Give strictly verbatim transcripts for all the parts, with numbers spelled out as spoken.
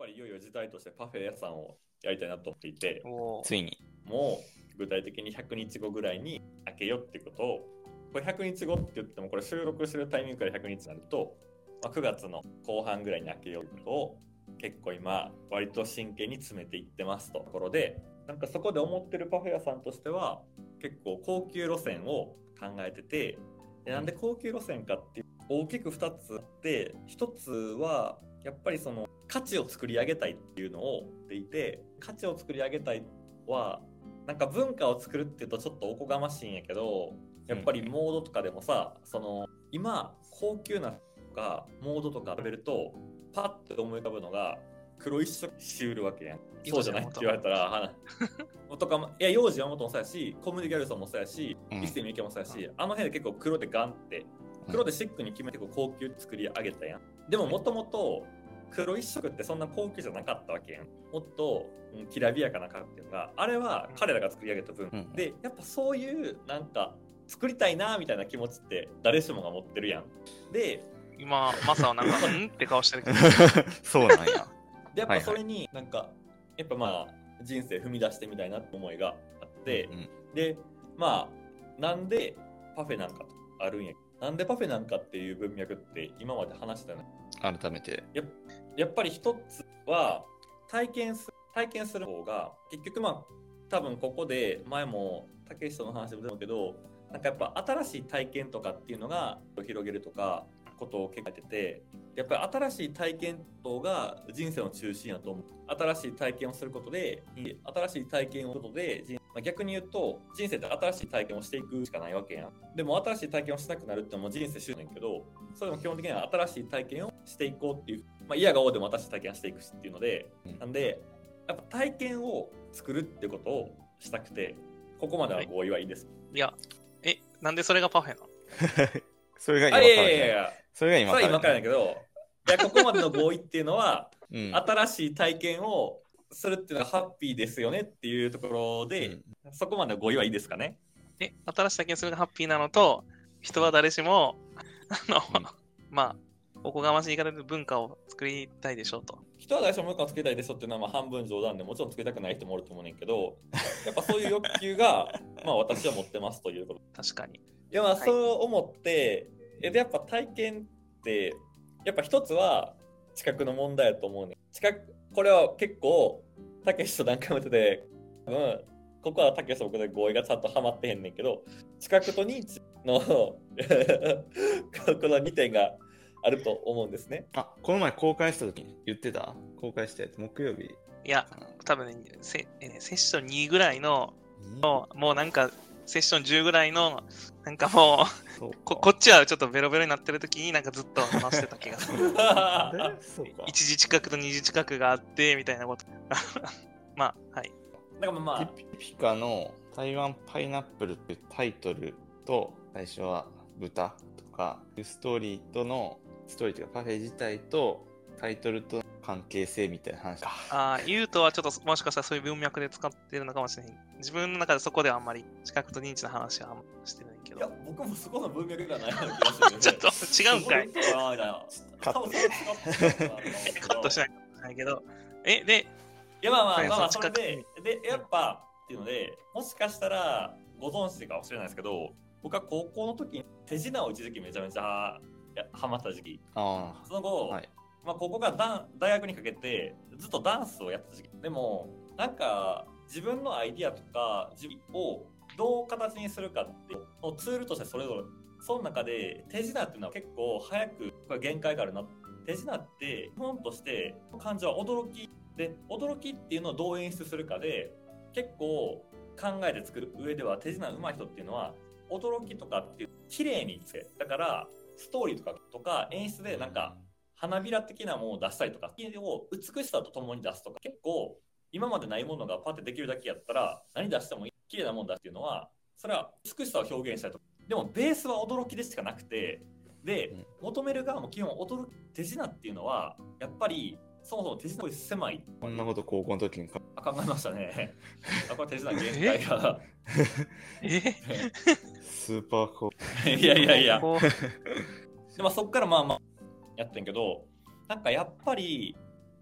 ぱりいよいよ時代としてパフェ屋さんをやりたいなと思っていて、 ついにもう具体的にひゃくにちごぐらいに開けようっていうことを、これひゃくにちごって言ってもこれ収録してるタイミングからひゃくにちになると、まあ、くがつの後半ぐらいに開けようってことを結構今割と真剣に詰めていってますところで、なんかそこで思ってるパフェ屋さんとしては結構高級路線を考えてて、でなんで高級路線かっていう大きくふたつあって、ひとつはやっぱりその価値を作り上げたいっていうのを言っていて、価値を作り上げたいはなんか文化を作るっていうとちょっとおこがましいんやけど、やっぱりモードとかでもさ、その今高級なとかモードとか食べるとパッと思い浮かぶのが黒一色しうるわけやん。そうじゃないって言われたらとかも、いや幼児山本もそうやし、コムデギャルソンもそうやし、一世三池もそうやし、あの辺で結構黒でガンって黒でシックに決めて高級作り上げたやん。でももともと黒一色ってそんな高級じゃなかったわけやん。もっと、うん、きらびやかな感っていうのが、あれは彼らが作り上げた分、うん、でやっぱそういうなんか作りたいなみたいな気持ちって誰しもが持ってるやん。で今マサはなんかんって顔してるけどそうなんや。 でやっぱそれになんか、はいはい、やっぱまあ人生踏み出してみたいなって思いがあって、うん、でまあなんでパフェなんかとあるんや。なんでパフェなんかっていう文脈って今まで話したね。 改めてや, やっぱり一つは体験する体験する方が結局まあ多分ここで前も竹下の話でも出るけど、なんかやっぱ新しい体験とかっていうのが広げるとかことを結構やってて、やっぱり新しい体験とが人生の中心やと思う。新しい体験をすることで、新しい体験をすることで、まあ、逆に言うと人生って新しい体験をしていくしかないわけやん。でも新しい体験をしなくなるってのも人生終了やけど、それも基本的には新しい体験をしていこうっていう、まあ嫌がおうでも新しい体験をしていくしっていうので、なんでやっぱ体験を作るってことをしたくて、ここまでは合意はいいです。 はい、いや、え、なんでそれがパフェなの？ それが今から、いやいやいや、 それが今から、 それは今からだけど、いやここまでの合意っていうのは、うん、新しい体験をするっていうのがハッピーですよねっていうところで、うん、そこまでの合意はいいですかね。 え、新しい体験するのがハッピーなのと、人は誰しもあの、うん、まあおこがましい言い方で文化を作りたいでしょうと。 人は誰しも文化を作りたいでしょっていうのはまあ半分冗談で、もちろん作りたくない人もおると思うねんけど、やっぱそういう欲求がまあ私は持ってますということ。 確かに。 いやまあそう思って、はい、でやっぱ体験ってやっぱ一つは知覚の問題だと思うね。知覚、これは結構たけしと何回も言ってて、多分ここはたけしと僕で合意がちゃんとはまってへんねんけど、知覚と認知のこのにてんがあると思うんですね。 あ、この前公開した時に言ってた？公開したやつ木曜日。 いや、多分ね、セ, セッションにぐらいの、もう、もうなんかセッションじゅうぐらいの、なんかもう、こ, こっちはちょっとベロベロになってる時になんかずっと話してた気がする。いちじ近くとにじ近くがあって、みたいなこと。まあ、はい。 だからまあ、 ピピカの台湾パイナップルっていうタイトルと、最初は豚とか、ストーリーとの、ストーリーというかパフェ自体とタイトルと関係性みたいな話か。 ああ、ユウトはちょっともしかしたらそういう文脈で使ってるのかもしれない。自分の中でそこではあんまり知覚と認知の話はあんましてないけど。 いや、僕もそこの文脈がないような気がする、ね。 ちょっと違うんかい。 カットカットしないないけど。え、で、 いやまあまあまあまあ、それで、で、やっぱっていうので、もしかしたらご存知かもしれないですけど、僕は高校の時に手品を一時期めちゃめちゃハマった時期。 あその後、はい、まあ、ここが大学にかけてずっとダンスをやった時期。でもなんか自分のアイディアとか自分をどう形にするかっていうツールとしてそれぞれ、その中で手品っていうのは結構早くこれ限界があるな。手品って基本として感情は驚きで、驚きっていうのをどう演出するかで結構考えて作る上では手品上手い人っていうのは驚きとかっていう綺麗につけ、だからストーリーとかとか演出でなんか花びら的なものを出したりとかを美しさとともに出すとか、結構今までないものがパッてできるだけやったら何出してもいい綺麗なものだっていうのは、それは美しさを表現したりとか、でもベースは驚きでしかなくて、で求める側も基本驚き、手品っていうのはやっぱりそもそも手品狭い。 こんなこと高校の時に考えましたね。あ、これ手品限界がえスーパーコーいやいやいやでもそっからまあまあやってんけど、なんかやっぱり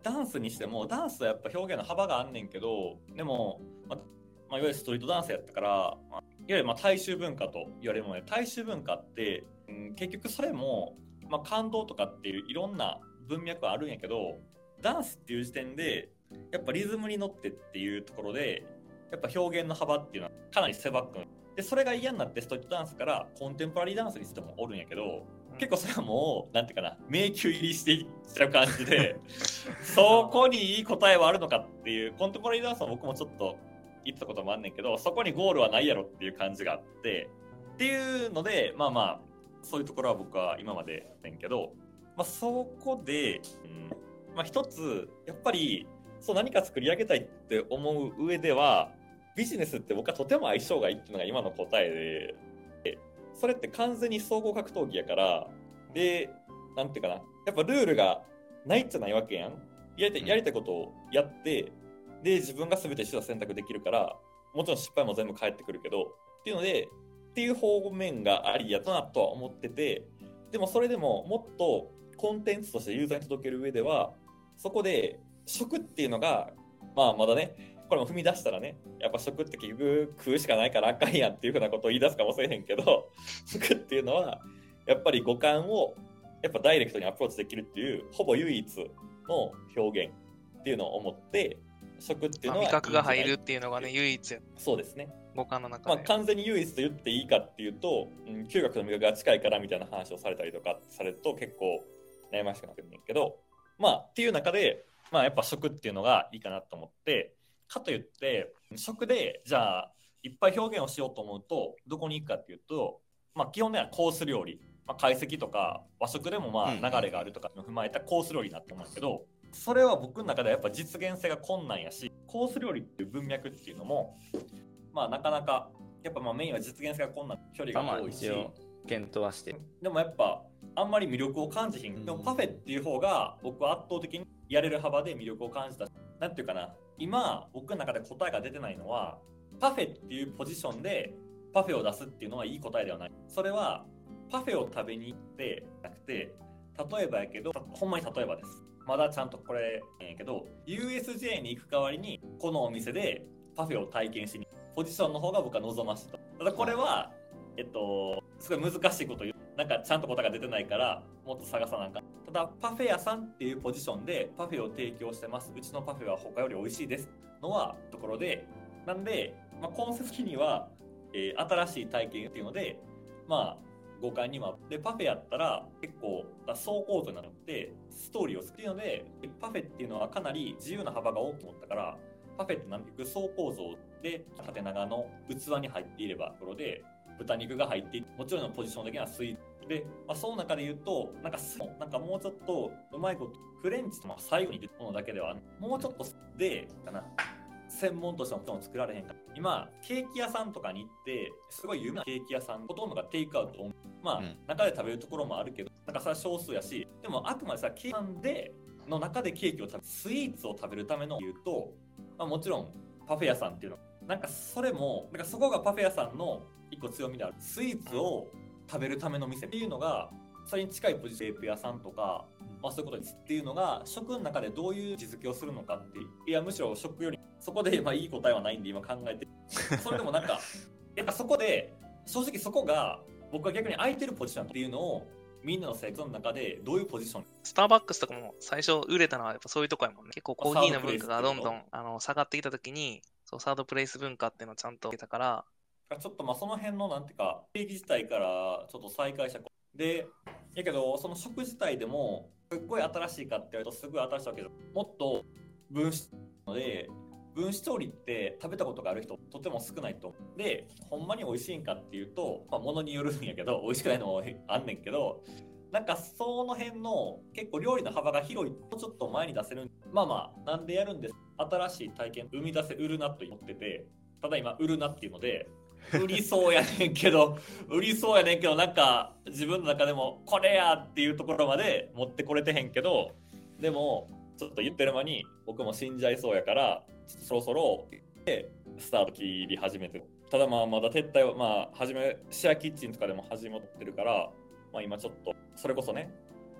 ダンスにしてもダンスはやっぱ表現の幅があんねんけど、でも、ままあ、いわゆるストリートダンスやったから、まあ、いわゆるまあ大衆文化と言われるもので、大衆文化って、うん、結局それも、まあ、感動とかっていういろんな文脈はあるんやけど、ダンスっていう時点でやっぱリズムに乗ってっていうところでやっぱ表現の幅っていうのはかなり狭くで、それが嫌になってストリートダンスからコンテンポラリーダンスにしてもおるんやけど、結構それはもうなんていうかな、迷宮入りしていっちゃう感じでそこにいい答えはあるのかっていう、コンテンポラリーダンスは僕もちょっと言ったこともあんねんけど、そこにゴールはないやろっていう感じがあってっていうので、まあまあそういうところは僕は今までねんけど、まあ、そこで、うんまあ、一つやっぱりそう何か作り上げたいって思う上では、ビジネスって僕はとても相性がいいっていうのが今の答えで、それって完全に総合格闘技やから、で、なんていうかな、やっぱルールがないっちゃないわけやん。やりたい、やりたいことをやって、で、自分が全て手段選択できるから、もちろん失敗も全部返ってくるけど、っていうので、っていう方面がありやとなとは思ってて、でもそれでももっとコンテンツとしてユーザーに届ける上では、そこで食っていうのが、まあまだね、これも踏み出したらね、やっぱ食って結局食うしかないからあかんやんっていうふうなことを言い出すかもしれへんけど、食っていうのはやっぱり五感をやっぱダイレクトにアプローチできるっていうほぼ唯一の表現っていうのを思って、食っていうのは味覚が入るっていうのがね、唯一。 そうですね。 五感の中で。 まあ、完全に唯一と言っていいかっていうと、うん、嗅覚と味覚が近いからみたいな話をされたりとかされると結構悩ましくなってるんだけど、まあっていう中で、まあやっぱ食っていうのがいいかなと思って、かといって食でじゃあいっぱい表現をしようと思うとどこに行くかっていうと、まあ基本的にはコース料理、まあ、懐石とか和食でもまあ流れがあるとかの踏まえたコース料理になって思うんだけど、それは僕の中ではやっぱ実現性が困難やし、コース料理っていう文脈っていうのもまあなかなかやっぱまあメインは実現性が困難、距離が多いし、 まあ、検討はしてでもやっぱあんまり魅力を感じひん。でもパフェっていう方が僕は圧倒的にやれる幅で魅力を感じた。なんていうかな、今僕の中で答えが出てないのは、パフェっていうポジションでパフェを出すっていうのはいい答えではない。それはパフェを食べに行ってなくて、例えばやけど、ほんまに例えばです。まだちゃんとこれやけど、ユーエスジェー に行く代わりにこのお店でパフェを体験しにポジションの方が僕は望ましいと。ただこれは、えっと、すごい難しいこと言う。なんかちゃんと答えが出てないからもっと探さなあかん。ただパフェ屋さんっていうポジションでパフェを提供してます。うちのパフェは他より美味しいですのはところで、なんで、まあ、コンセプト的には、えー、新しい体験っていうので、まあ五感にもでパフェやったら結構総構造になってストーリーを好きなので、パフェっていうのはかなり自由な幅が多く思ったから、パフェってなんていう総構造で縦長の器に入っていればところで豚肉が入っていて、もちろんのポジション的にはスイーツで、まあ、その中で言うとなんかなんかもうちょっとうまいことフレンチとまあ最後に出るものだけではもうちょっとでかな専門としても作られへんか。今ケーキ屋さんとかに行ってすごい有名なケーキ屋さんほとんどがテイクアウト、まあ、うん、中で食べるところもあるけどなんかそれは少数やし、でもあくまでさケーキ屋さんでの中でケーキを食べるスイーツを食べるための言うと、まあ、もちろんパフェ屋さんっていうのなんかそれもなんかそこがパフェ屋さんの一個強みである。スイーツを食べるための店っていうのがそれに近いポジション、レープ屋さんとか、まあ、そういうことですっていうのが食の中でどういう位置づけをするのかっていう、いやむしろ食よりそこでまあいい答えはないんで今考えてそれでもなんかやっぱそこで正直そこが僕は逆に空いてるポジションっていうのをみんなの生活の中でどういうポジション、 スターバックスとかも最初売れたのはやっぱそういうとこやもんね。結構コーヒーの文化がどんどんあの下がってきた時にそうサードプレイス文化っていうのをちゃんと受けたから、 ちょっとまあその辺のなんていうか定義自体からちょっと再解釈で、やけどその食自体でもすっごい新しいかって言われるとすごい新しいわけど、もっと分子ので分子調理って食べたことがある人とても少ないと思う。でほんまに美味しいんかっていうと、まあ、ものによるんやけど美味しくないのもあんねんけど、なんかその辺の結構料理の幅が広いとちょっと前に出せる。まあまあなんでやるんです、新しい体験生み出せ売るなと思ってて、ただ今売るなっていうので売りそうやねんけど売りそうやねんけどなんか自分の中でもこれやっていうところまで持ってこれてへんけど、でもちょっと言ってる間に僕も死んじゃいそうやからちょっとそろそろスタート切り始めて、ただまあまだ撤退はまあ始めシェアキッチンとかでも始まってるから、まあ今ちょっとそれこそね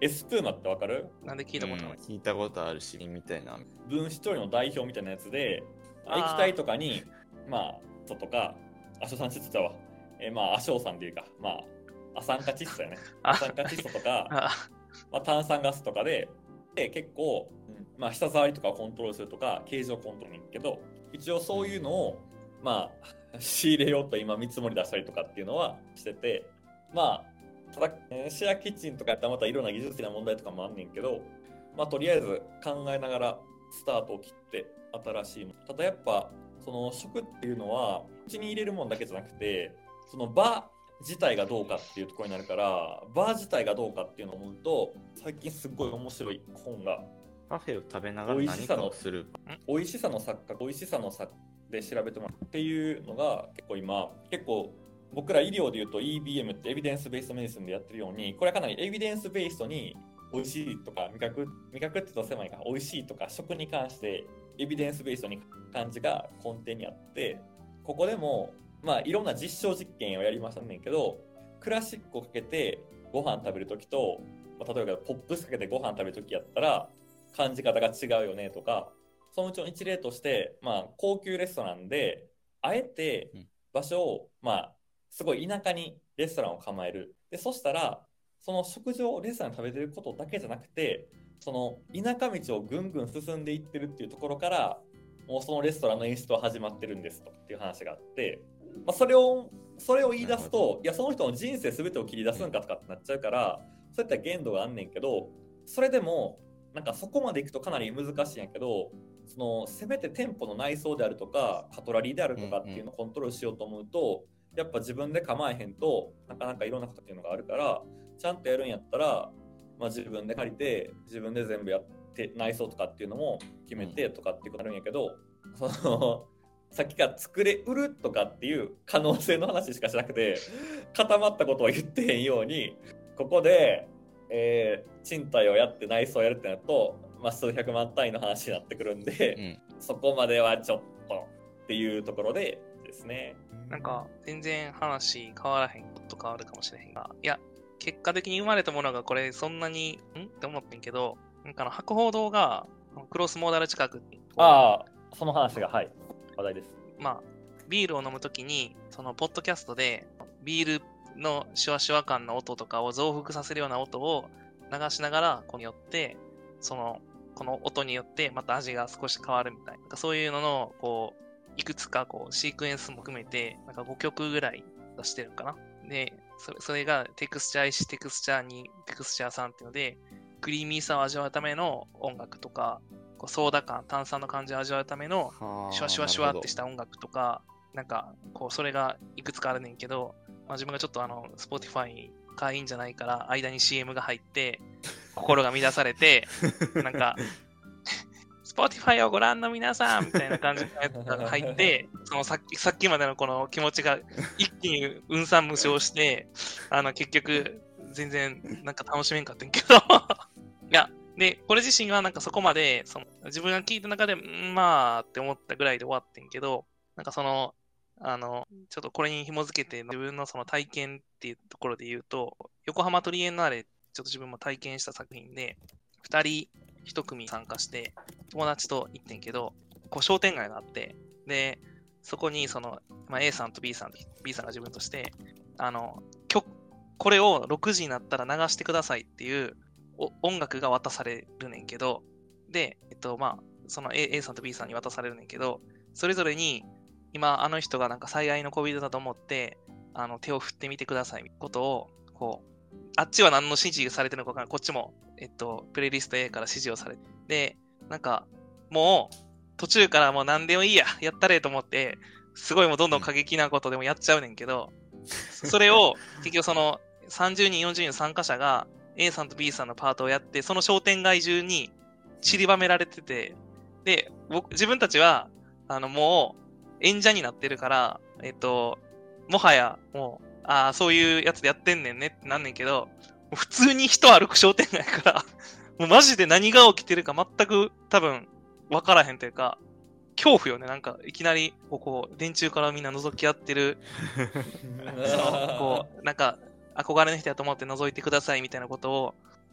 エスプーマってわかる？ なんで聞いたことない、 うん、聞いたことあるしみたいな分子調理の代表みたいなやつで、 あー液体とかにまあととかアショ酸窒素は、えー、まあアショ酸っていうかまあア酸化窒素やねあア酸化窒素とかあまあ、炭酸ガスとかでで結構、まあ、舌触りとかをコントロールするとか形状コントロールにいくけど一応そういうのを、まあ、仕入れようと今見積もり出したりとかっていうのはしててまあただシェアキッチンとかやったらまたいろんな技術的な問題とかもあんねんけど、まあ、とりあえず考えながらスタートを切って新しいものただやっぱその食っていうのは口に入れるものだけじゃなくてその場自体がどうかっていうところになるからバー自体がどうかっていうのを思うと最近すっごい面白い本がパフェを食べながら何かをする美味しさの錯覚美味しさの錯で調べてもらうっていうのが結構今結構僕ら医療でいうと イービーエム ってエビデンスベースドメディスンでやってるようにこれはかなりエビデンスベースドに美味しいとか味覚味覚って言うと狭いから美味しいとか食に関してエビデンスベースドに感じが根底にあってここでもまあいろんな実証実験をやりましたんねんけどクラシックをかけてご飯食べるときと、まあ、例えばポップスかけてご飯食べるときやったら感じ方が違うよねとかそのうちの一例として、まあ、高級レストランであえて場所を、まあ、すごい田舎にレストランを構えるでそしたらその食事をレストランで食べてることだけじゃなくてその田舎道をぐんぐん進んでいってるっていうところからもうそのレストランの演出は始まってるんですとっていう話があって、まあ、それをそれを言い出すといやその人の人生全てを切り出すんかとかってなっちゃうからそういった限度があんねんけどそれでもなんかそこまでいくとかなり難しいんやけどそのせめて店舗の内装であるとかカトラリーであるとかっていうのをコントロールしようと思うとやっぱ自分で構えへんとなかなかいろんなことっていうのがあるからちゃんとやるんやったら、まあ、自分で借りて自分で全部やって内装とかっていうのも決めてとかっていうことになるんやけど、うん、そのさっきから作れうるとかっていう可能性の話しかしなくて固まったことを言ってへんようにここで、えー、賃貸をやって内装をやるってなると、まあ、数百万単位の話になってくるんで、うん、そこまではちょっとっていうところでですね。 なんか全然話変わらへんこと変わるかもしれへんがいや結果的に生まれたものがこれそんなにんって思ってんけどなんかの博報堂がクロスモーダル近くああその話がはい話題です。 まあビールを飲むときにそのポッドキャストでビールのシュワシュワ感の音とかを増幅させるような音を流しながらこれによってそのこの音によってまた味が少し変わるみたいな、なんかそういうののこういくつかこうシークエンスも含めてなんかごきょくぐらい出してるのかな。でそれ、それがテクスチャーいち、テクスチャーに、テクスチャーさんっていうのでクリーミーさを味わうための音楽とかこうソーダ感、炭酸の感じを味わうためのシュワシュワシュワってした音楽とかなんかこうそれがいくつかあるねんけど、まあ、自分がちょっとあの Spotify 会員じゃないから間に シーエム が入って心が乱されてなんかSpotify をご覧の皆さんみたいな感じのやつが入ってそのさっきさっきまでのこの気持ちが一気に雲散無償してあの結局全然なんか楽しめんかったんけどいやでこれ自身はなんかそこまでその自分が聞いた中でまあって思ったぐらいで終わってんけどなんかそのあのちょっとこれに紐づけて自分のその体験っていうところで言うと横浜トリエンナーレちょっと自分も体験した作品でふたりひと組参加して友達と行ってんけどこう商店街があってでそこにその、まあ、A さんと B さん B さんが自分としてあの曲これをろくじになったら流してくださいっていう音楽が渡されるねんけどでえっとまあその A, A さんと B さんに渡されるねんけどそれぞれに今あの人がなんか最愛の恋人だと思ってあの手を振ってみてくださいみたいなことをこうあっちは何の指示されてるのか分からないこっちもえっとプレイリスト A から指示をされてでなんかもう途中からもう何でもいいややったれと思ってすごいもうどんどん過激なことでもやっちゃうねんけどそれを結局そのさんじゅうにんよんじゅうにんの参加者が A さんと B さんのパートをやってその商店街中に散りばめられててで僕自分たちはあのもう演者になってるから、えっと、もはや、もう、ああ、そういうやつでやってんねんねってなんねんけど、普通に人歩く商店街から、もうマジで何が起きてるか全く多分分からへんというか、恐怖よね。なんか、いきなり、こう、こう電柱からみんな覗き合ってる、そのこう、なんか、憧れの人やと思って覗いてくださいみたいなことを、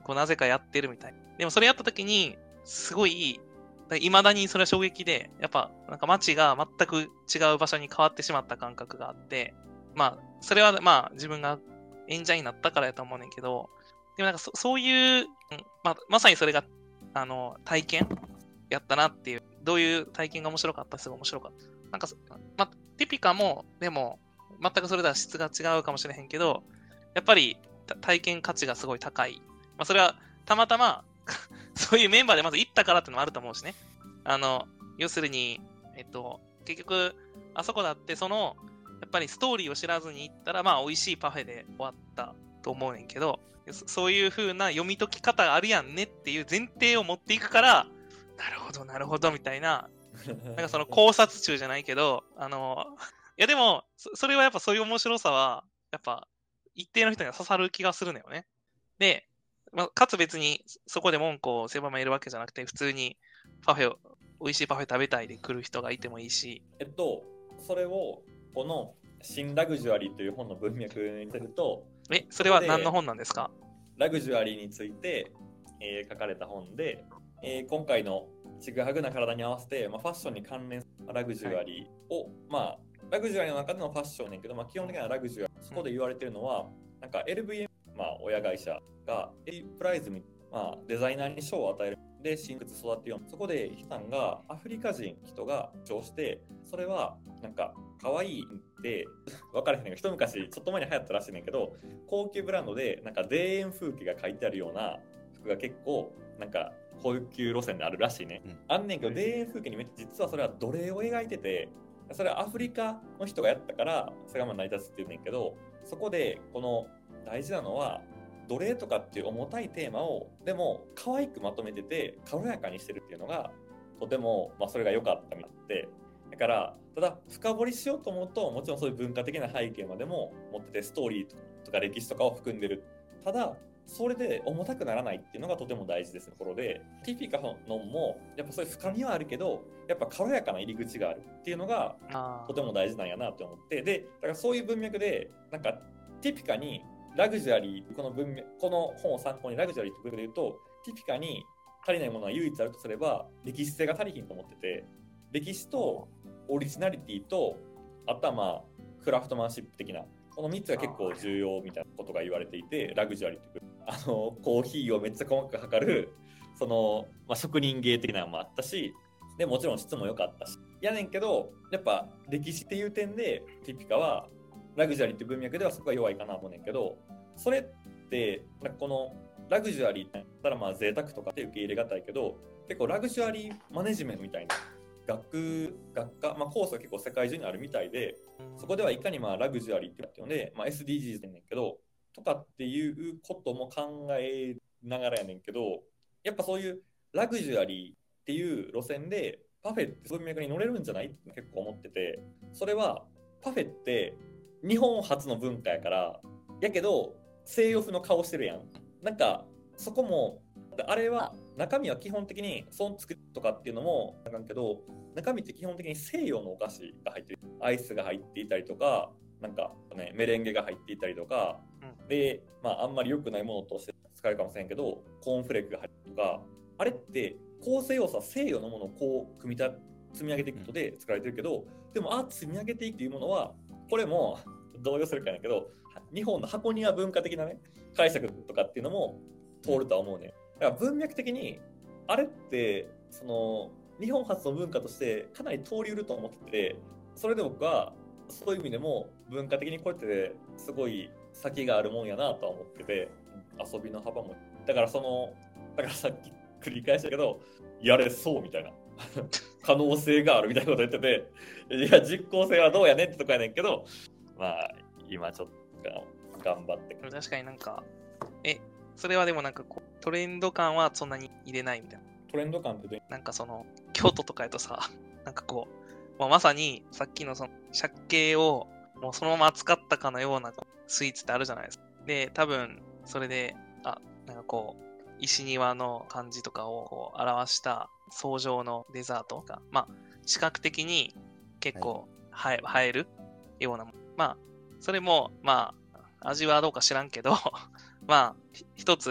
こうなぜかやってるみたいな。でもそれやった時に、すごい、いまだにそれは衝撃で、やっぱなんか街が全く違う場所に変わってしまった感覚があって、まあ、それはまあ自分が演者になったからやと思うねんけど、でもなんか そ, そういう、まあ、まさにそれがあの体験やったなっていう、どういう体験が面白かった、すごい面白かった。なんか、まあ、ティピカも、でも、全くそれでは質が違うかもしれへんけど、やっぱり体験価値がすごい高い。まあ、それはたまたま、そういうメンバーでまず行ったからってのもあると思うしね。あの、要するに、えっと、結局、あそこだって、その、やっぱりストーリーを知らずに行ったら、まあ、美味しいパフェで終わったと思うねんけど、そういう風な読み解き方あるやんねっていう前提を持っていくから、なるほど、なるほど、みたいな、なんかその考察中じゃないけど、あの、いやでも、そ, それはやっぱそういう面白さは、やっぱ一定の人には刺さる気がするのよね。で、まあ、かつ別にそこで文句を狭めるわけじゃなくて、普通にパフェを、美味しいパフェ食べたいで来る人がいてもいいし。 えっと、それを、この新ラグジュアリーという本の文脈にすると、 え、それは何の本なんですか？ ラグジュアリーについて、えー、書かれた本で、えー、今回のちぐはぐな体に合わせて、まあ、ファッションに関連するラグジュアリーを、はい、まあ、ラグジュアリーの中でのファッションねんけど、まあ、基本的なラグジュアリー、そこで言われてるのは、なんか エルブイエム、まあ、親会社がエリプライズに、まあ、デザイナーに賞を与える。で、新靴育てよう。そこで、ヒさんがアフリカ人人が賞して、それは、なんか、可愛いって、分からへんけど、一昔、ちょっと前に流行ったらしいねんけど、高級ブランドで、なんか、田園風景が書いてあるような服が結構、なんか、高級路線であるらしいね。うん、あんねんけど、田園風景にめっちゃ実はそれは奴隷を描いてて、それはアフリカの人がやったから、それがまあ成り立つって言うねんけど、そこで、この大事なのは、奴隷とかっていう重たいテーマをでも可愛くまとめてて軽やかにしてるっていうのがとても、まあ、それが良かったみたいで、だからただ深掘りしようと思うともちろんそういう文化的な背景までも持っててストーリーとか歴史とかを含んでる。ただそれで重たくならないっていうのがとても大事ですところで、ティピカのもやっぱそういう深みはあるけどやっぱ軽やかな入り口があるっていうのがとても大事なんやなと思って、でだからそういう文脈でなんかティピカにラグジュアリー、この文脈、この本を参考にラグジュアリーって文脈で言うと、ティピカに足りないものは唯一あるとすれば、歴史性が足りひんと思ってて、歴史とオリジナリティと、あとはまあ、クラフトマンシップ的な、このみっつが結構重要みたいなことが言われていて、ラグジュアリーってあの、コーヒーをめっちゃ細かく測る、その、まあ、職人芸的なのもあったし、でもちろん質も良かったし。やねんけど、やっぱ歴史っていう点で、ティピカは、ラグジュアリーって文脈ではそこが弱いかなと思うねんけど、それってなんかこのラグジュアリーって言ったらまあ贅沢とかって受け入れがたいけど、結構ラグジュアリーマネジメントみたいな学学科、まあ、コースが結構世界中にあるみたいで、そこではいかにまあラグジュアリーっていうので、まあ、エスディージーズ なんやけどとかっていうことも考えながらやねんけど、やっぱそういうラグジュアリーっていう路線でパフェって文脈に乗れるんじゃないって結構思ってて、それはパフェって日本初の文化やからやけど西洋風の顔してるやん。なんかそこもあれは中身は基本的にその作りとかっていうのもあかんけど、中身って基本的に西洋のお菓子が入ってる、アイスが入っていたりとか、なんかねメレンゲが入っていたりとか、うん、でまああんまり良くないものとして使えるかもしれんけどコーンフレークが入ってるとか、あれって構成要素は西洋のものをこう組み立て積み上げていくことで作られてるけど、でもあ積み上げていくというものはこれも同様するかやけど、日本の箱庭文化的なね解釈とかっていうのも通るとは思うね。だから文脈的にあれってその日本発の文化としてかなり通りうると思ってて、それで僕はそういう意味でも文化的にこうやってすごい先があるもんやなとは思ってて、遊びの幅もだからそのだからさっき繰り返したけどやれそうみたいな可能性があるみたいなこと言ってて、いや実効性はどうやねんってとこやねんけど、まあ今ちょっと頑張って確かになんかえそれはでもなんかこうトレンド感はそんなに入れないみたいな。 トレンド感ってどういうなんかその京都とかやとさ、なんかこう、まあ、まさにさっきのその借景をもうそのまま扱ったかのようなスイーツってあるじゃないですか。で多分それであなんかこう石庭の感じとかをこう表した層状のデザートがまあ視覚的に結構はえ、はい、映えるような、まあそれもまあ味はどうか知らんけどまあ一つ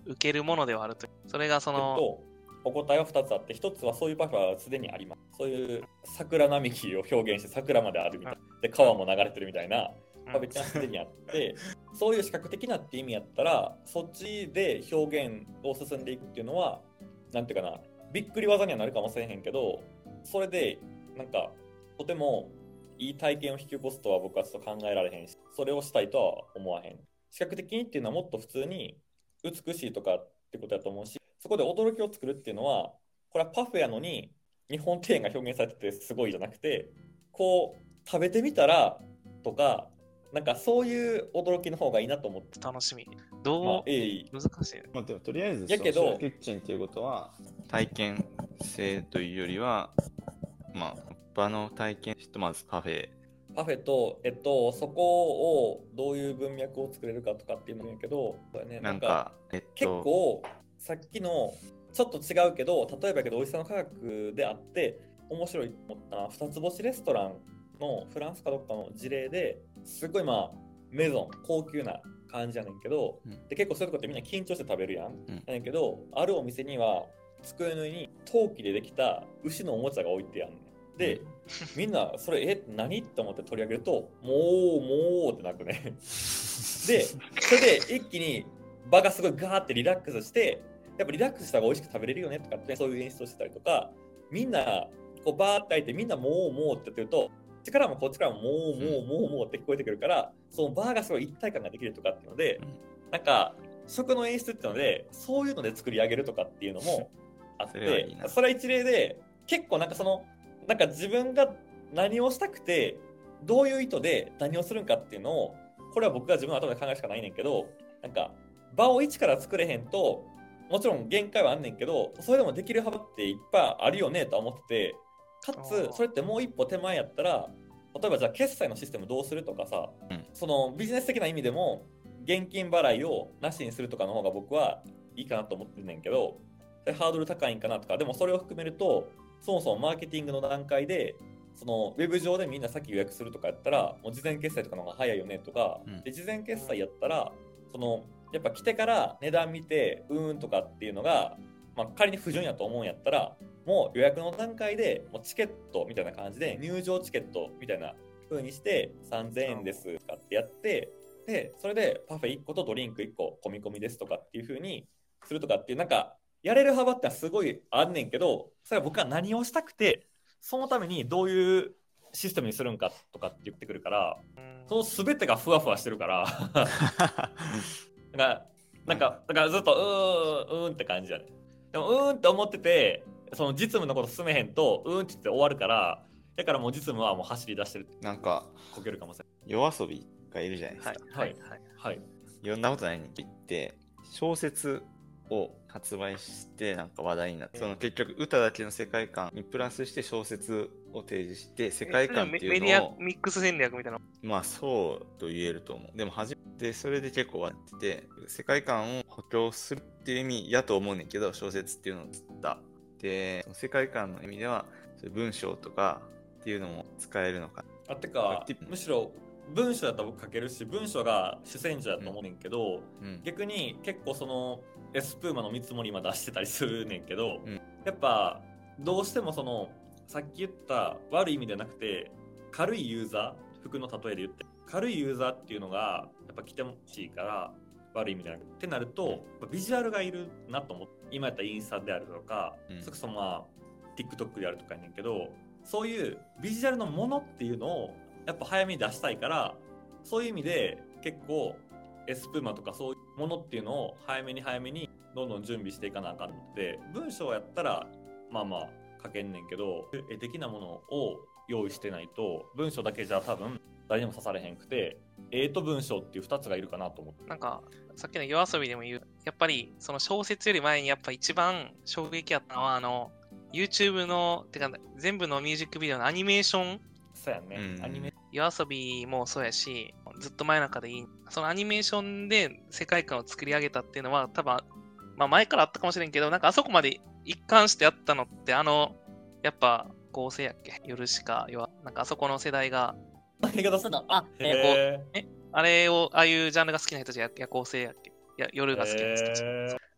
受けるものではあると。それがその、 えっと、お答えはふたつあって、ひとつはそういうパフェはすでにあります。そういう桜並木を表現して桜まであるみたいな。で、川も流れてるみたいなパフェってのはすでにあって、そういう視覚的なって意味やったら、そっちで表現を進んでいくっていうのは、なんていうかな、びっくり技にはなるかもしれへんけど、それで、なんか、とてもいい体験を引き起こすとは僕はちょっと考えられへんし、それをしたいとは思わへん。視覚的にっていうのはもっと普通に美しいとかってことだと思うし、そこで驚きを作るっていうのは、これはパフェやのに日本庭園が表現されててすごいじゃなくて、こう食べてみたらとか、なんかそういう驚きの方がいいなと思って。 楽しみ。どう、 まあ、ええ難しいね。 まあ、でもとりあえず、 やけどソーシャルキッチンっていうことは、体験性というよりは、まあ、場の体験、ひとまずカフェ。 パフェと、えっと、そこをどういう文脈を作れるかとかっていうのやけど、ね、 なんか、えっと、 結構さっきのちょっと違うけど、例えばやけど美味しさの科学であって面白いと思ったのは、二つ星レストランのフランスかどっかの事例ですごいまあメゾン高級な感じやねんけど、うん、で結構そういうとこってみんな緊張して食べるやん、うん、やねんけど、あるお店には机の上に陶器でできた牛のおもちゃが置いてあんねん。で、うん、みんなそれえ何って思って取り上げると、もうもうってなくねで、それで一気に場がすごいガーってリラックスして、やっぱリラックスした方が美味しく食べれるよねとかって、そういう演出をしてたりとか、みんなこうバーって開いて、みんなもうもうって言ってると、こっちからもこっちからももうもうもうもうって聞こえてくるから、そのバーがすごい一体感ができるとかっていうので、なんか食の演出っていうので、そういうので作り上げるとかっていうのもあって、それは一例で、結構なんかそのなんか自分が何をしたくて、どういう意図で何をするんかっていうのを、これは僕が自分の頭で考えるしかないねんけど、なんか場を一から作れへんと、もちろん限界はあんねんけど、それでもできる幅っていっぱいあるよねと思ってて、かつそれってもう一歩手前やったら、例えばじゃあ決済のシステムどうするとかさ、うん、そのビジネス的な意味でも現金払いをなしにするとかの方が僕はいいかなと思ってんねんけど、ハードル高いんかなとか、でもそれを含めると、そもそもマーケティングの段階で、そのウェブ上でみんな先予約するとかやったら、もう事前決済とかの方が早いよねとか、うん、で事前決済やったら、そのやっぱ来てから値段見てうーんとかっていうのが、まあ、仮に不純やと思うんやったら、もう予約の段階でもうチケットみたいな感じで入場チケットみたいな風にしてさんぜんえんですとかってやって、でそれでパフェいっことドリンクいっこ込み込みですとかっていう風にするとかっていう、なんかやれる幅ってすごいあんねんけど、それは僕は何をしたくて、そのためにどういうシステムにするんかとかって言ってくるから、その全てがふわふわしてるからなんか、なんか、だからずっとうーん、うーんって感じやね。でもうーんって思ってて、その実務のこと進めへんと、うーんって言って終わるから、だからもう実務はもう走り出してる。 なんか、 こけるかもしれない。 夜遊びがいるじゃないですか。 はい。はい。はい。 読んだことないに言って、小説を発売してなんか話題になって、その結局歌だけの世界観にプラスして小説を提示して世界観っていうのをメディアミックス戦略みたいな。 まあそうと言えると思う。でも初めてそれで結構終わってて、世界観を補強するっていう意味やと思うねんけど、小説っていうのをつったで、世界観の意味ではそういう文章とかっていうのも使えるのか。 あてかむしろ文章だったら僕書けるし、文章が主戦場だと思うねんけど、うんうん、逆に結構そのエスプーマの見積もり今出してたりするねんけど、うん、やっぱどうしてもそのさっき言った悪い意味ではなくて、軽いユーザー、服の例えで言って軽いユーザーっていうのがやっぱ来てほしいから、悪い意味じゃなくてってなるとビジュアルがいるなと思って、今やったらインスタであるとか、うん、それこそまあ TikTok であるとかやねんけど、そういうビジュアルのものっていうのをやっぱ早めに出したいから、そういう意味で結構エスプーマとかそういうものっていうのを早めに早めにどんどん準備していかなあかんので、文章やったらまあまあ書けんねんけど、絵的なものを用意してないと文章だけじゃ多分誰にも刺されへんくて、絵と文章っていうふたつがいるかなと思って。 なんかさっきの夜遊びでも言う、やっぱりその小説より前にやっぱ一番衝撃やったのは、あの YouTube のてか全部のミュージックビデオのアニメーション。 そうやね、うん、アニメ夜遊びもそうやし、ずっと前なんかでいい、そのアニメーションで世界観を作り上げたっていうのは多分、まあ前からあったかもしれんけど、なんかあそこまで一貫してやったのって、あのやっぱ合成やっけ、夜しか夜、なんかあそこの世代が言い方するの、あ、 えー、えあれをああいうジャンルが好きな人じゃ夜行性やっけ、や夜が好きな人たち、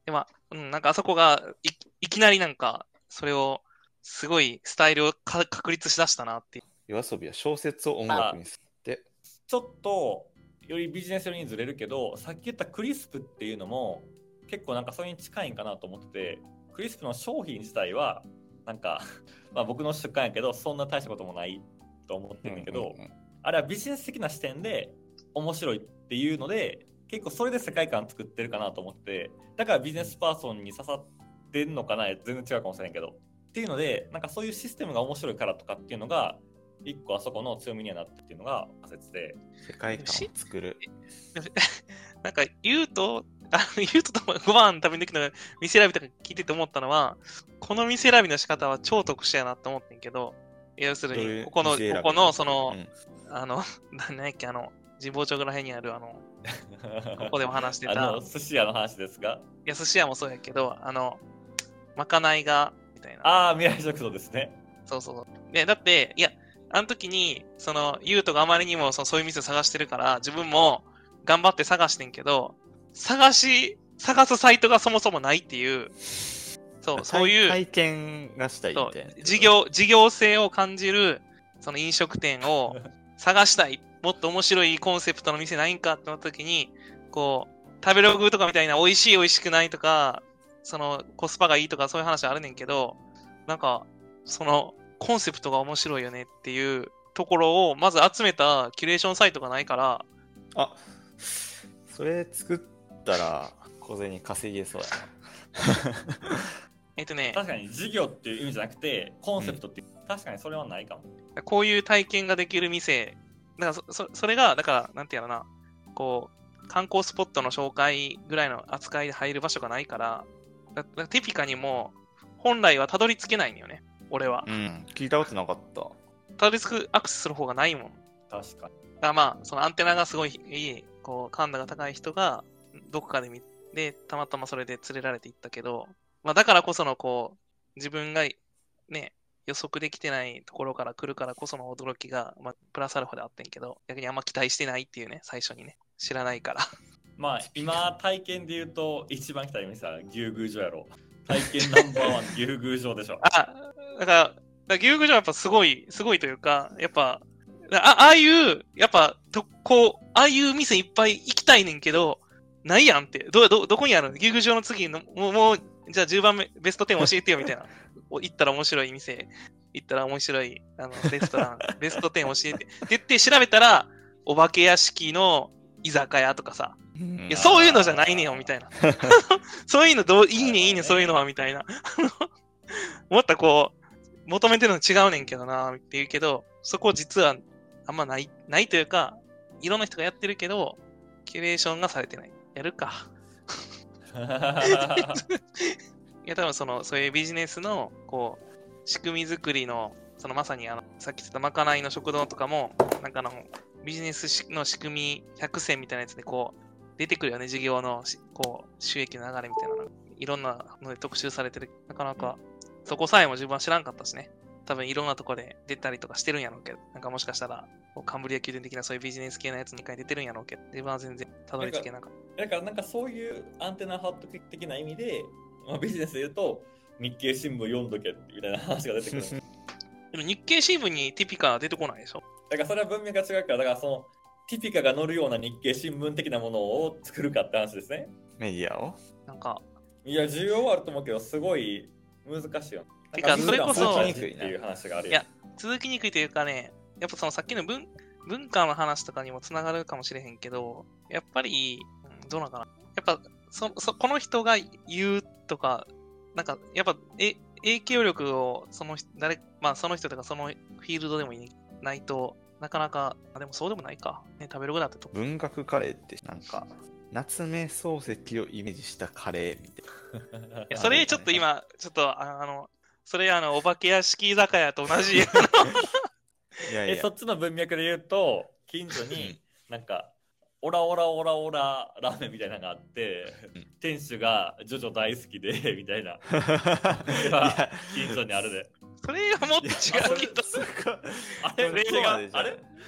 でまあ、うん、なんかあそこがい、いきなりなんか、それを、すごいスタイルをか確立しだしたなっていう。 夜遊びは小説を音楽にするって。 ちょっと、よりビジネス寄りにずれるけど、さっき言ったクリスプっていうのも、結構なんかそれに近いんかなと思ってて、クリスプの商品自体は、なんか、まあ僕の主観やけど、そんな大したこともないと思ってるんだけど、うんうんうん、あれはビジネス的な視点で面白いっていうので、結構それで世界観作ってるかなと思って、だからビジネスパーソンに刺さってんのかな、全然違うかもしれんけど。っていうので、なんかそういうシステムが面白いからとかっていうのが、一個あそこの強みにはなったっていうのが仮説で。 世界観を作る。 なんか言うと、あの言うとごばん食べに行くの店選びとか聞いてて思ったのは、この店選びの仕方は超特殊やなって思ってんけど、要するに、ここの、ここの、その、うん、あの、何やっけ、あの、神保町ら辺にある、あの、ここでも話してた。 あの、寿司屋の話ですか？ いや、寿司屋もそうやけど、あの、まかないが、みたいな。 ああ、未来食堂ですね。 そうそう。ね、だって、いや、あの時に、その、ゆうとがあまりにもそのそういう店を探してるから、自分も頑張って探してんけど、探し、探すサイトがそもそもないっていう、そう、そういう。 体験がしたいみたいな。 事業、事業性を感じる、その飲食店を探したい。もっと面白いコンセプトの店ないんかってなった時に、こう、食べログとかみたいな美味しい美味しくないとか、そのコスパがいいとかそういう話はあるねんけど、なんか、そのコンセプトが面白いよねっていうところをまず集めたキュレーションサイトがないから。 あ、それ作ったら小銭稼げそうやな。 えっとね。 確かに事業っていう意味じゃなくて、コンセプトっていう、うん、確かにそれはないかも。 こういう体験ができる店、だから そ, そ, それが、だから、なんていうのな、こう、観光スポットの紹介ぐらいの扱いで入る場所がないから、だだテピカにも、本来はたどり着けないんよね、俺は。 うん、聞いたことなかった。 たどり着くアクセスする方がないもん。 確かに。 だからまあ、そのアンテナがすごいいい、こう、感度が高い人が、どこかで見て、たまたまそれで連れられていったけど、まあ、だからこその、こう、自分が、ね、予測できてないところから来るからこその驚きが、まあ、プラスアルファであってんけど、逆にあんま期待してないっていうね、最初にね、知らないから。 まあ、今、体験で言うと、一番来た意味さ、牛宮城やろ。体験ナンバーワン、牛宮城でしょ。 あ、だから、牛宮城はやっぱすごい、すごいというか、やっぱ、あ, ああいう、やっぱ、とこう、ああいう店いっぱい行きたいねんけど、ないやんって。ど、ど、どこにあるの？牛宮城の次の、もう、もうじゃあじゅうばんめ、ベストじゅう教えてよ、みたいな。行ったら面白い店、行ったら面白いあのレストラン、ベストじゅう教えて。って言って調べたら、お化け屋敷の居酒屋とかさ。いやそういうのじゃないねよ、みたいな。そういうのどう、いいね、いいね、そういうのは、みたいな。もっとこう、求めてるの違うねんけどな、って言うけど、そこ実はあんまない、ないというか、いろんな人がやってるけど、キュレーションがされてない。やるか。いや、多分その、そういうビジネスの、こう、仕組み作りの、そのまさにあの、さっき言ったまかないの食堂とかも、なんかあの、ビジネスの仕組みひゃく選みたいなやつで、こう、出てくるよね、事業の、こう、収益の流れみたいなのが、いろんなので特集されてる。なかなか、そこさえも自分は知らんかったしね。多分いろんなとこで出たりとかしてるんやろうけど、なんかもしかしたら、カンブリア宮殿的なそういうビジネス系のやつに回出てるんやろうけど、自分は全然たどり着けなかった。 だからなんかそういうアンテナハット的な意味で、まあ、ビジネスで言うと、日経新聞読んどけみたいな話が出てくる。 でも日経新聞にティピカは出てこないでしょ？ だからそれは文脈が違うから、だからそのティピカが載るような日経新聞的なものを作るかって話ですね。 メディアをなんか、 いや、需要はあると思うけど、すごい難しいよ。 てか、それこそ、 続きにくいっていう話があるよ。 いや、続きにくいというかね、やっぱそのさっきの 文, 文化の話とかにもつながるかもしれへんけど、やっぱり、うん、どうなのかな。やっぱそそ、この人が言うとか、なんか、やっぱ、え、影響力を、その人、誰、まあ、その人とか、そのフィールドでもいないと、なかなか、あ、でもそうでもないか。ね、食べログだってと。 文学カレーって、なんか、夏目漱石をイメージしたカレーみたいな。いや、それちょっと今、ちょっと、あの、それあの、お化け屋敷居酒屋と同じ。いやいやえ、そっちの文脈で言うと、近所になんか、オラオラオラオララーメンみたいなのがあって、うん、店主がジョジョ大好きでみたいな近所にあるで。 それはもっと違うけど。 あれ違う。あれ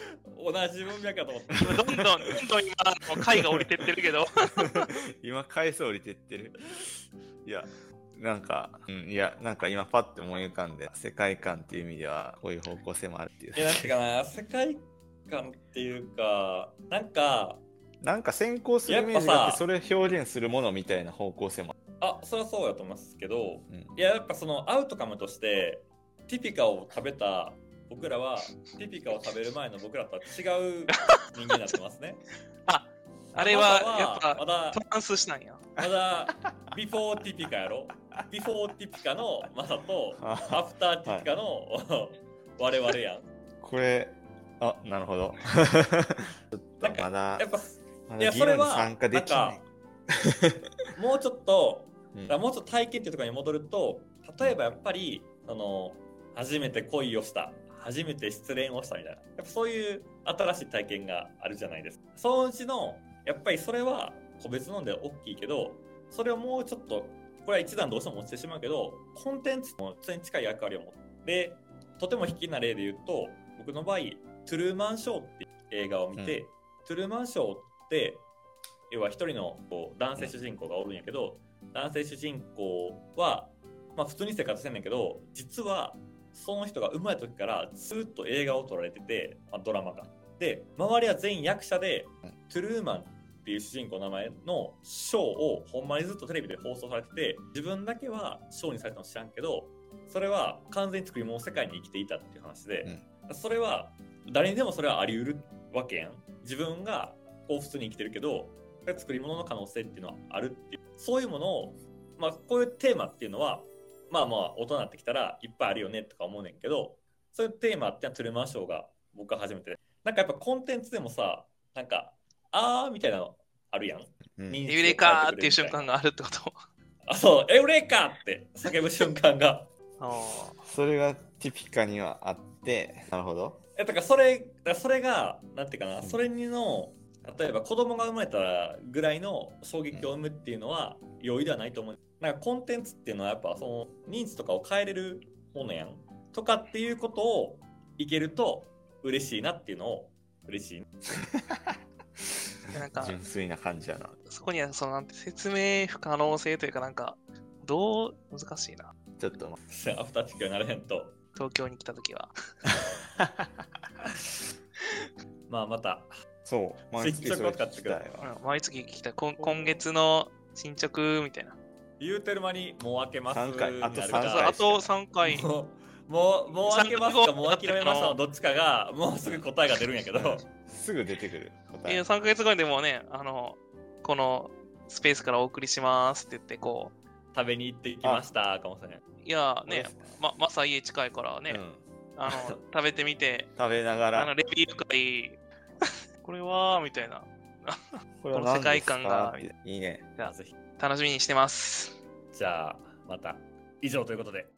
同じ文脈かと思って。 どんどん、どんどん今、貝が降りてってるけど。 今、階層降りてってる。いや、なんか、うん、いや、なんか今パッて思い浮かんで、世界観っていう意味では、こういう方向性もあるっていう。 いや、なんていうかな、世界観っていうか、なんか、 なんか先行するイメージがあって、それを表現するものみたいな方向性もあ、それはそうだと思いますけど、 うん、 いや、やっぱそのアウトカムとして、ティピカを食べた僕らは、ティピカを食べる前の僕らとは違う人間になってますね。 あ、あれはやっぱまだトランスしたんや。 まだビフォーティピカやろ。ビフォーティピカのマサとアフターティピカの、はい、我々やん。 これ、あ、なるほど。ちょっとまだ、 やっぱ、 まだ議論に参加できない。 もうちょっと、 うん、 もうちょっと体験っていうところに戻ると、例えばやっぱり、あの、初めて恋をした、初めて失恋をしたみたいな、やっぱそういう新しい体験があるじゃないですか。そのうちの、やっぱりそれは個別ので大きいけど、それをもうちょっと、これは一段どうしても落ちてしまうけど、コンテンツも常に近い役割を持って、とても引きな例で言うと、僕の場合、トゥルーマンショーっていう映画を見て、うん、トゥルーマンショーって、要は一人のこう男性主人公がおるんやけど、うん、男性主人公は、まあ普通に生活してんねんけど、実はその人が生まれた時からずっと映画を撮られてて、まあ、ドラマが。で、周りは全員役者で、うん、トゥルーマンっていう主人公の名前のショーをほんまにずっとテレビで放送されてて、自分だけはショーにされたの知らんけど、それは完全に作り物世界に生きていたっていう話で、うん、それは誰にでもそれはあり得るわけやん。自分がこう普通に生きてるけど、作り物の可能性っていうのはあるっていう、そういうものを、まあこういうテーマっていうのは、まあまあ大人になってきたらいっぱいあるよねとか思うねんけど、そういうテーマってのはトゥルーマンショーが僕は初めて。なんかやっぱコンテンツでもさ、なんか、あーみたいなのあるやん。 うん、エウレカーっていう瞬間があるってこと。 あ、そう、エウレカーって叫ぶ瞬間が。 それがティピカにはあって、なるほど。 え、だからそれ、それが、なんていうかな、うん、それにの、例えば子供が生まれたぐらいの衝撃を生むっていうのは容易ではないと思う。なんかコンテンツっていうのはやっぱそのニーズとかを変えれるものやんとかっていうことをいけると嬉しいなっていうのを嬉しい。 なんか純粋な感じやな。 そこにはそのなんて説明不可能性というかなんかどう難しいな。 ちょっとアフターチックになれへんと。 東京に来たときは。 まあまた。そう、 毎月それ聞きたいわ。毎月聞きたい。今今月の進捗みたいな。 言うてる間にもう開けます。 さんかい、あとさんかい。 あとさんかい。 もう、もう、もう開けますか、もう諦めましたのどっちかが、もうすぐ答えが出るんやけど。 すぐ出てくる答え。いや、さんかげつごにでもね、あの、このスペースからお送りしますって言って、こう。 食べに行ってきましたかもしれない。 いや、ね、ま、まさ家近いからね、うん、あの、食べてみて、 食べながら、 あのレビュー会、これは、みたいな。この世界観が、 いいね。 じゃあ、ぜひ、楽しみにしてます。 じゃあ、また、以上ということで。